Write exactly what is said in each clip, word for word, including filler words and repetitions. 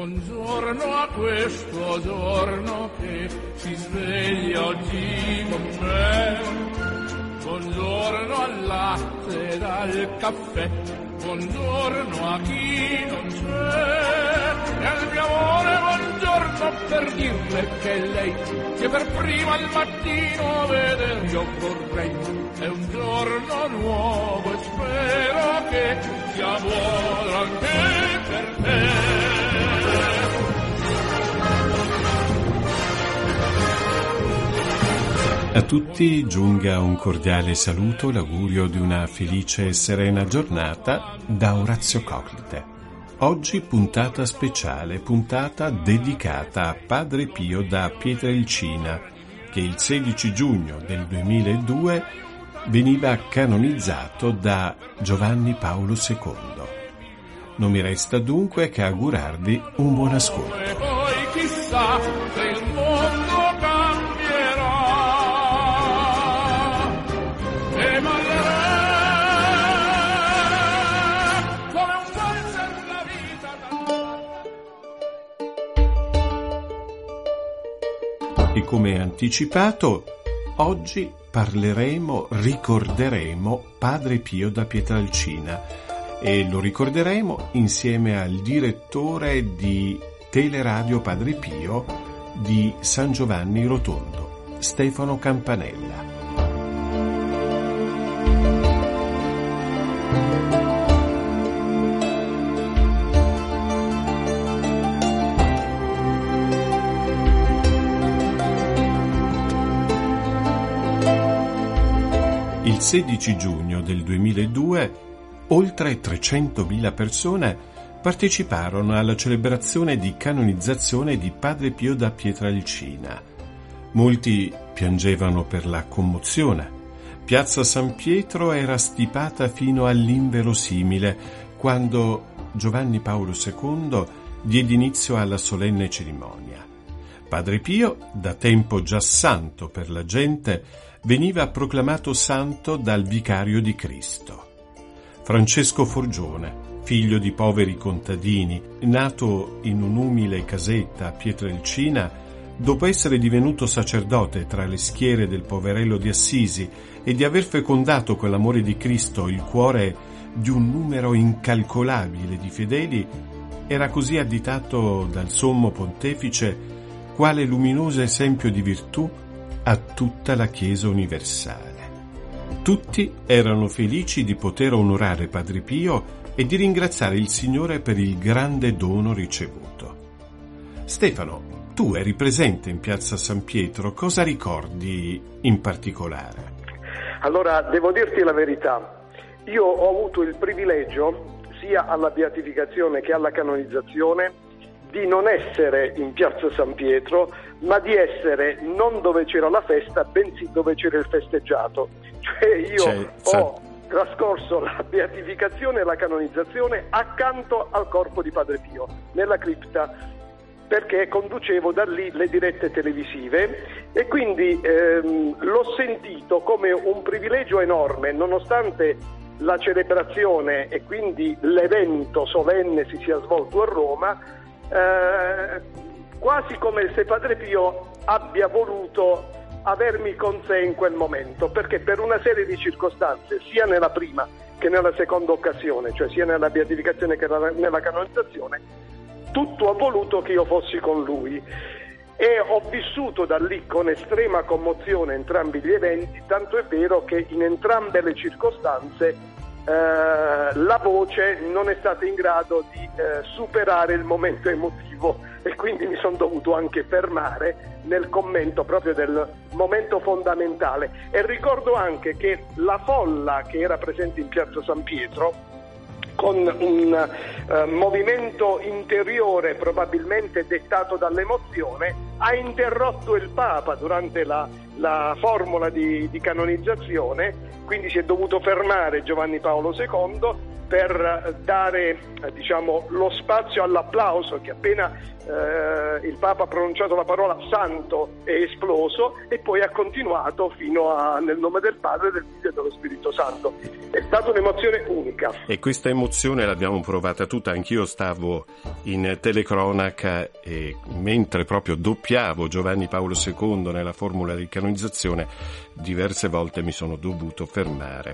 Buongiorno a questo giorno che si sveglia oggi con me. Buongiorno al latte ed al caffè. Buongiorno a chi non c'è. E al mio amore buongiorno per dirle che lei, che per prima al mattino veder io vorrei. È un giorno nuovo e spero che sia buono anche per te. A tutti giunga un cordiale saluto, l'augurio di una felice e serena giornata da Orazio Coclite. Oggi puntata speciale, puntata dedicata a Padre Pio da Pietrelcina, che il sedici giugno del duemiladue veniva canonizzato da Giovanni Paolo secondo. Non mi resta dunque che augurarvi un buon ascolto. E poi chissà se il mondo cambierà. E ballerà come un valzer la vita. E come anticipato, oggi parleremo, ricorderemo Padre Pio da Pietrelcina e lo ricorderemo insieme al direttore di Teleradio Padre Pio di San Giovanni Rotondo, Stefano Campanella. Il sedici giugno del duemiladue oltre trecentomila persone parteciparono alla celebrazione di canonizzazione di Padre Pio da Pietrelcina. Molti piangevano per la commozione. Piazza San Pietro era stipata fino all'inverosimile quando Giovanni Paolo secondo diede inizio alla solenne cerimonia. Padre Pio, da tempo già santo per la gente, veniva proclamato santo dal vicario di Cristo. Francesco Forgione, figlio di poveri contadini, nato in un'umile casetta a Pietrelcina, dopo essere divenuto sacerdote tra le schiere del poverello di Assisi e di aver fecondato con l'amore di Cristo il cuore di un numero incalcolabile di fedeli, era così additato dal sommo pontefice quale luminoso esempio di virtù a tutta la Chiesa universale. Tutti erano felici di poter onorare Padre Pio e di ringraziare il Signore per il grande dono ricevuto. Stefano, tu eri presente in Piazza San Pietro, cosa ricordi in particolare? Allora, devo dirti la verità, io ho avuto il privilegio, sia alla beatificazione che alla canonizzazione, di non essere in Piazza San Pietro, ma di essere non dove c'era la festa, bensì dove c'era il festeggiato. Cioè io C'è, ho trascorso la beatificazione e la canonizzazione accanto al corpo di Padre Pio, nella cripta, perché conducevo da lì le dirette televisive e quindi ehm, l'ho sentito come un privilegio enorme, nonostante la celebrazione e quindi l'evento solenne si sia svolto a Roma, eh, quasi come se Padre Pio abbia voluto avermi con sé in quel momento, perché per una serie di circostanze, sia nella prima che nella seconda occasione, cioè sia nella beatificazione che nella canonizzazione, tutto ha voluto che io fossi con lui e ho vissuto da lì con estrema commozione entrambi gli eventi, tanto è vero che in entrambe le circostanze eh, la voce non è stata in grado di eh, superare il momento emotivo e quindi mi sono dovuto anche fermare nel commento proprio del momento fondamentale. E ricordo anche che la folla che era presente in Piazza San Pietro, con un uh, movimento interiore probabilmente dettato dall'emozione, ha interrotto il Papa durante la la formula di, di canonizzazione, quindi si è dovuto fermare Giovanni Paolo secondo per dare eh, diciamo, lo spazio all'applauso che appena eh, il Papa ha pronunciato la parola santo è esploso, e poi ha continuato fino a nel nome del Padre, del Figlio e dello Spirito Santo. È stata un'emozione unica. E questa emozione l'abbiamo provata tutta, anch'io stavo in telecronaca e mentre proprio doppiavo Giovanni Paolo secondo nella formula di canonizzazione diverse volte mi sono dovuto fermare.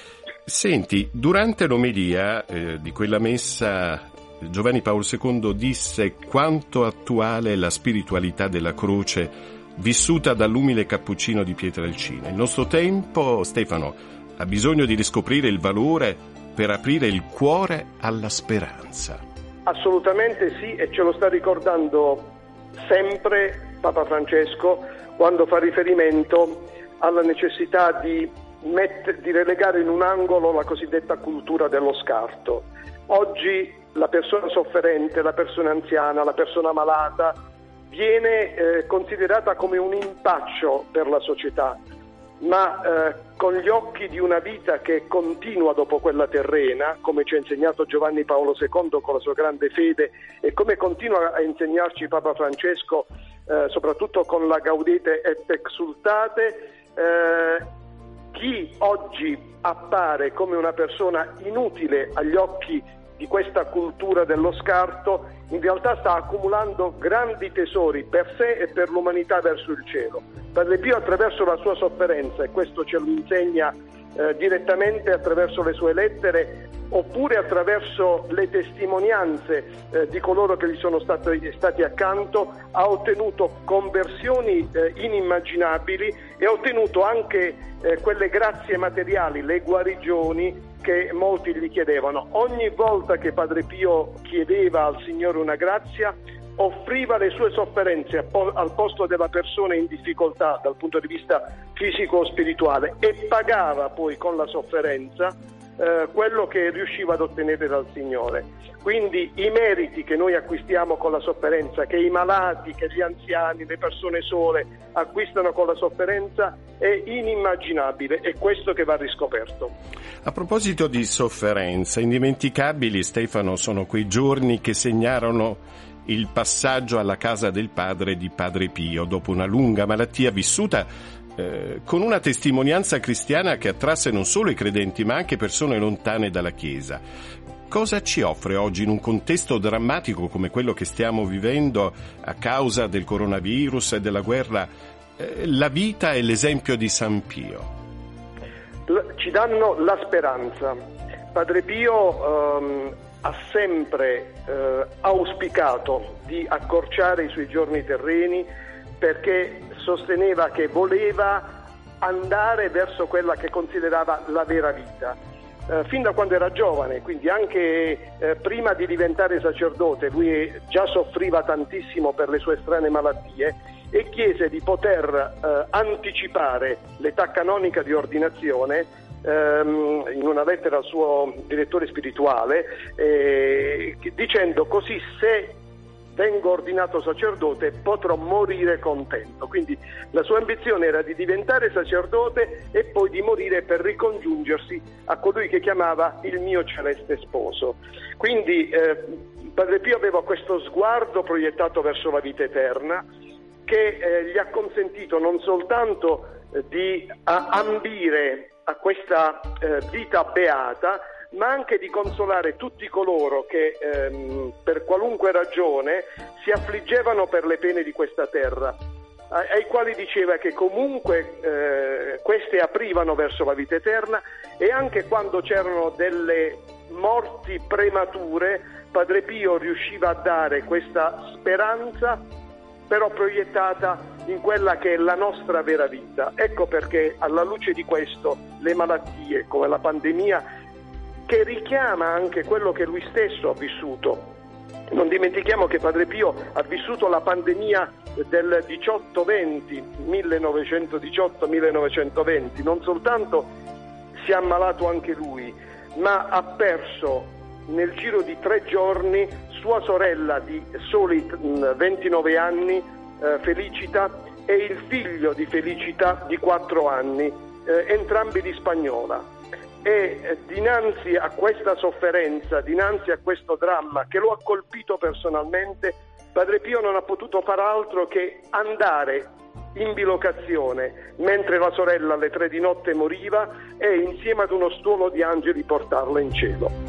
Senti, durante l'omelia eh, di quella messa Giovanni Paolo secondo disse quanto attuale è la spiritualità della croce vissuta dall'umile cappuccino di Pietrelcina. Il nostro tempo, Stefano, ha bisogno di riscoprire il valore per aprire il cuore alla speranza. Assolutamente sì, e ce lo sta ricordando sempre Papa Francesco quando fa riferimento alla necessità di Mette, di relegare in un angolo la cosiddetta cultura dello scarto. Oggi la persona sofferente, la persona anziana, la persona malata viene eh, considerata come un impaccio per la società, ma eh, con gli occhi di una vita che continua dopo quella terrena, come ci ha insegnato Giovanni Paolo secondo con la sua grande fede e come continua a insegnarci Papa Francesco eh, soprattutto con la Gaudete et Exsultate. eh, Chi oggi appare come una persona inutile agli occhi di questa cultura dello scarto, in realtà sta accumulando grandi tesori per sé e per l'umanità verso il cielo. Padre Pio, attraverso la sua sofferenza, e questo ce lo insegna eh, direttamente attraverso le sue lettere, oppure attraverso le testimonianze eh, di coloro che gli sono stati, stati accanto, ha ottenuto conversioni eh, inimmaginabili e ha ottenuto anche eh, quelle grazie materiali, le guarigioni che molti gli chiedevano. Ogni volta che Padre Pio chiedeva al Signore una grazia, offriva le sue sofferenze al posto della persona in difficoltà dal punto di vista fisico o spirituale, e pagava poi con la sofferenza eh, quello che riusciva ad ottenere dal Signore. Quindi i meriti che noi acquistiamo con la sofferenza, che i malati, che gli anziani, le persone sole acquistano con la sofferenza, è inimmaginabile, è questo che va riscoperto. A proposito di sofferenza, indimenticabili, Stefano, sono quei giorni che segnarono il passaggio alla casa del padre di Padre Pio dopo una lunga malattia vissuta eh, con una testimonianza cristiana che attrasse non solo i credenti ma anche persone lontane dalla Chiesa. Cosa ci offre oggi, in un contesto drammatico come quello che stiamo vivendo a causa del coronavirus e della guerra, eh, la vita e l'esempio di San Pio? Ci danno la speranza. Padre Pio ehm, ha sempre eh, auspicato di accorciare i suoi giorni terreni, perché sosteneva che voleva andare verso quella che considerava la vera vita. Eh, fin da quando era giovane, quindi anche eh, prima di diventare sacerdote, lui già soffriva tantissimo per le sue strane malattie e chiese di poter eh, anticipare l'età canonica di ordinazione in una lettera al suo direttore spirituale, eh, dicendo: così se vengo ordinato sacerdote potrò morire contento. Quindi la sua ambizione era di diventare sacerdote e poi di morire per ricongiungersi a colui che chiamava il mio celeste sposo. Quindi eh, Padre Pio aveva questo sguardo proiettato verso la vita eterna, che eh, gli ha consentito non soltanto eh, di a, ambire a questa eh, vita beata, ma anche di consolare tutti coloro che ehm, per qualunque ragione si affliggevano per le pene di questa terra, ai, ai quali diceva che comunque eh, queste aprivano verso la vita eterna, e anche quando c'erano delle morti premature Padre Pio riusciva a dare questa speranza, però proiettata in quella che è la nostra vera vita. Ecco perché, alla luce di questo, le malattie come la pandemia, che richiama anche quello che lui stesso ha vissuto. Non dimentichiamo che Padre Pio ha vissuto la pandemia del diciotto venti, millenovecentodiciotto millenovecentoventi, non soltanto si è ammalato anche lui, ma ha perso nel giro di tre giorni sua sorella di soli ventinove anni, eh, Felicita, e il figlio di Felicità di quattro anni, eh, entrambi di spagnola. E eh, dinanzi a questa sofferenza, dinanzi a questo dramma che lo ha colpito personalmente, Padre Pio non ha potuto far altro che andare in bilocazione mentre la sorella alle tre di notte moriva e insieme ad uno stuolo di angeli portarla in cielo.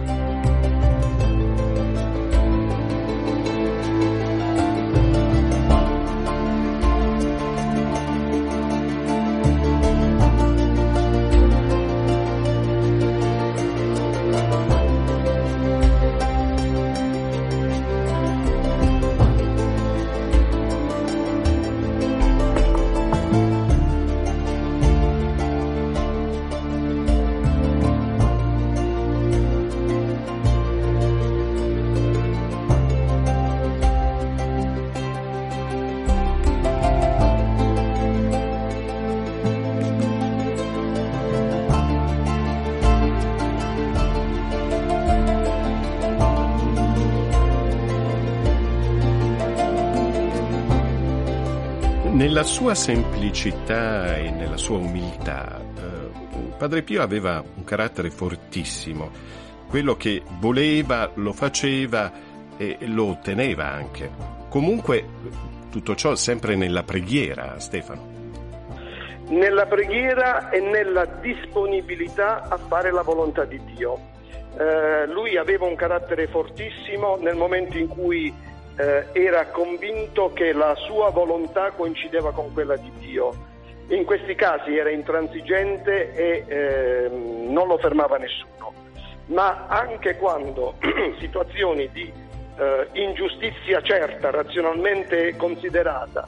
Nella sua semplicità e nella sua umiltà, eh, Padre Pio aveva un carattere fortissimo. Quello che voleva lo faceva e lo otteneva anche. Comunque tutto ciò sempre nella preghiera, Stefano. Nella preghiera e nella disponibilità a fare la volontà di Dio. Eh, lui aveva un carattere fortissimo nel momento in cui Eh, era convinto che la sua volontà coincideva con quella di Dio. In questi casi era intransigente e eh, non lo fermava nessuno. Ma anche quando situazioni di eh, ingiustizia certa, razionalmente considerata,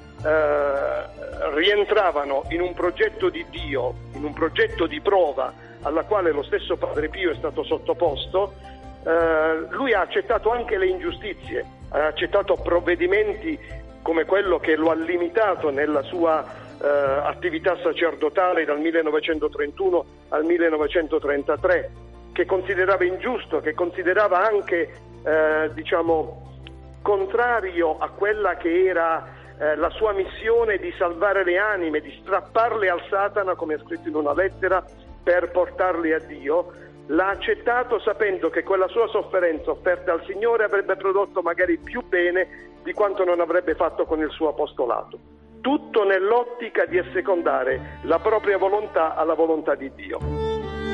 eh, rientravano in un progetto di Dio, in un progetto di prova alla quale lo stesso Padre Pio è stato sottoposto, eh, lui ha accettato anche le ingiustizie. Ha accettato provvedimenti come quello che lo ha limitato nella sua eh, attività sacerdotale dal millenovecentotrentuno al millenovecentotrentatré, che considerava ingiusto, che considerava anche eh, diciamo contrario a quella che era eh, la sua missione di salvare le anime, di strapparle al Satana, come ha scritto in una lettera, per portarle a Dio. L'ha accettato sapendo che quella sua sofferenza offerta al Signore avrebbe prodotto magari più bene di quanto non avrebbe fatto con il suo apostolato. Tutto nell'ottica di assecondare la propria volontà alla volontà di Dio.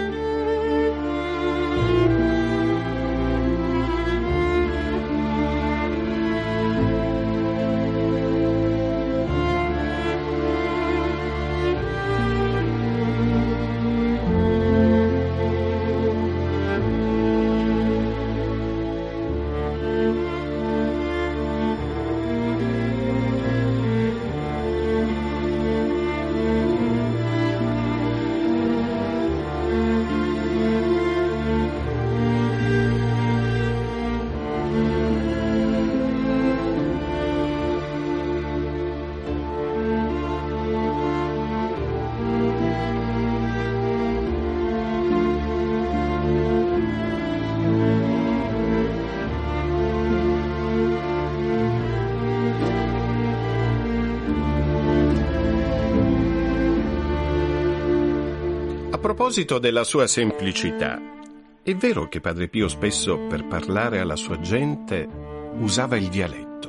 A proposito della sua semplicità, è vero che Padre Pio spesso per parlare alla sua gente usava il dialetto?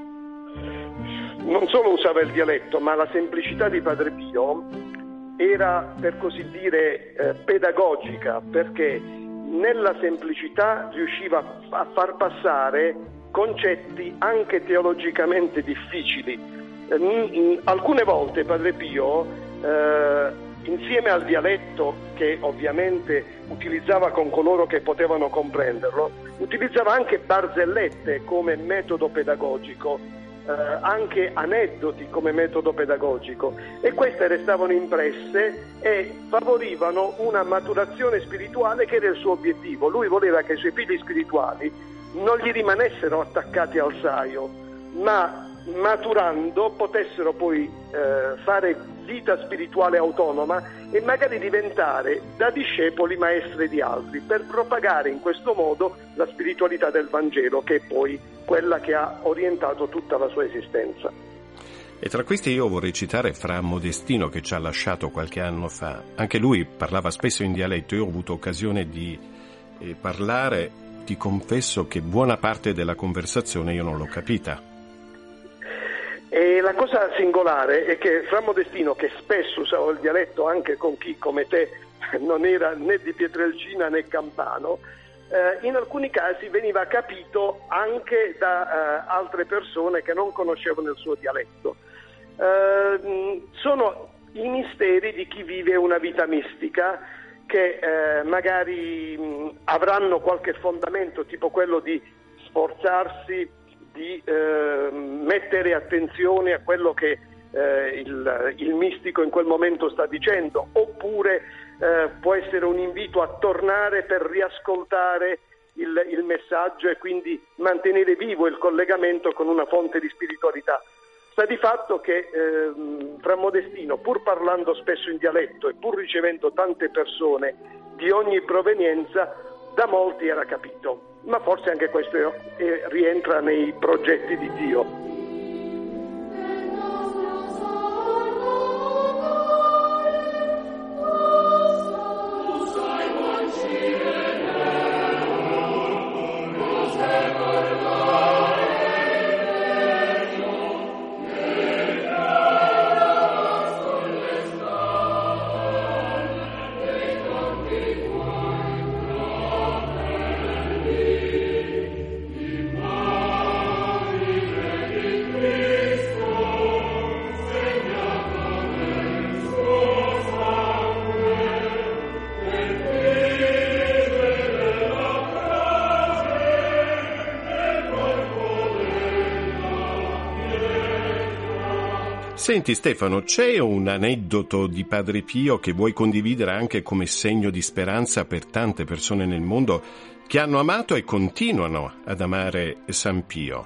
Non solo usava il dialetto, ma la semplicità di Padre Pio era, per così dire, eh, pedagogica, perché nella semplicità riusciva a far passare concetti anche teologicamente difficili. Eh, alcune volte Padre Pio eh, insieme al dialetto che ovviamente utilizzava con coloro che potevano comprenderlo, utilizzava anche barzellette come metodo pedagogico, eh, anche aneddoti come metodo pedagogico, e queste restavano impresse e favorivano una maturazione spirituale che era il suo obiettivo. Lui voleva che i suoi figli spirituali non gli rimanessero attaccati al saio, ma maturando potessero poi eh, fare vita spirituale autonoma e magari diventare da discepoli maestri di altri, per propagare in questo modo la spiritualità del Vangelo, che è poi quella che ha orientato tutta la sua esistenza. E tra questi io vorrei citare Fra Modestino, che ci ha lasciato qualche anno fa. Anche lui parlava spesso in dialetto, io ho avuto occasione di eh, parlare, ti confesso che buona parte della conversazione io non l'ho capita. E la cosa singolare è che Fra Modestino, che spesso usava il dialetto anche con chi come te non era né di Pietrelcina né campano, eh, in alcuni casi veniva capito anche da eh, altre persone che non conoscevano il suo dialetto. Eh, sono i misteri di chi vive una vita mistica, che eh, magari mh, avranno qualche fondamento, tipo quello di sforzarsi di eh, mettere attenzione a quello che eh, il, il mistico in quel momento sta dicendo, oppure eh, può essere un invito a tornare per riascoltare il, il messaggio e quindi mantenere vivo il collegamento con una fonte di spiritualità. Sta di fatto che eh, Fra Modestino, pur parlando spesso in dialetto e pur ricevendo tante persone di ogni provenienza, da molti era capito, ma forse anche questo eh, rientra nei progetti di Dio. Senti Stefano, c'è un aneddoto di Padre Pio che vuoi condividere anche come segno di speranza per tante persone nel mondo che hanno amato e continuano ad amare San Pio?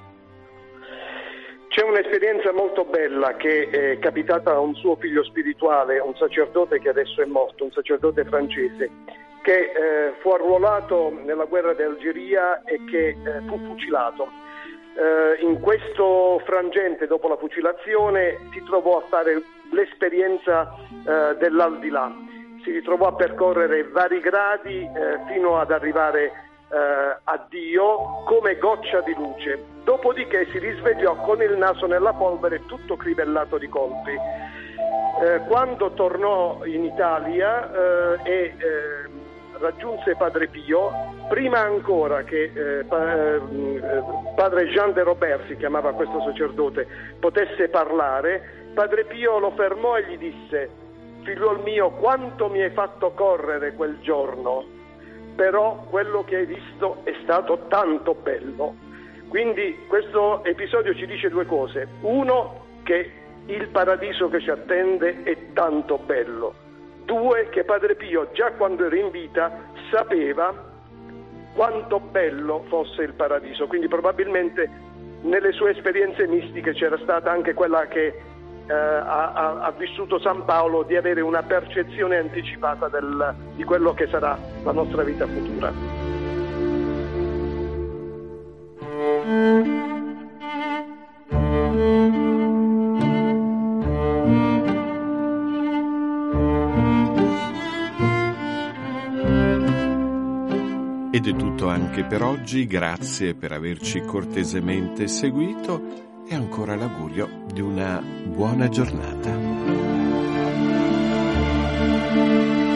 C'è un'esperienza molto bella che è capitata a un suo figlio spirituale, un sacerdote che adesso è morto, un sacerdote francese, che eh, fu arruolato nella guerra d'Algeria e che eh, fu fucilato. Uh, in questo frangente, dopo la fucilazione, si trovò a fare l'esperienza uh, dell'aldilà, si ritrovò a percorrere vari gradi uh, fino ad arrivare uh, a Dio come goccia di luce, dopodiché si risvegliò con il naso nella polvere tutto crivellato di colpi. Uh, quando tornò in Italia uh, e uh, raggiunse Padre Pio, prima ancora che eh, pa- eh, Padre Jean de Robert, si chiamava questo sacerdote, potesse parlare, Padre Pio lo fermò e gli disse: figliuol mio, quanto mi hai fatto correre quel giorno, però quello che hai visto è stato tanto bello. Quindi questo episodio ci dice due cose: uno, che il paradiso che ci attende è tanto bello; due, che Padre Pio già quando era in vita sapeva quanto bello fosse il paradiso, quindi probabilmente nelle sue esperienze mistiche c'era stata anche quella che eh, ha, ha vissuto San Paolo, di avere una percezione anticipata del, di quello che sarà la nostra vita futura. Ed è tutto anche per oggi, grazie per averci cortesemente seguito e ancora l'augurio di una buona giornata.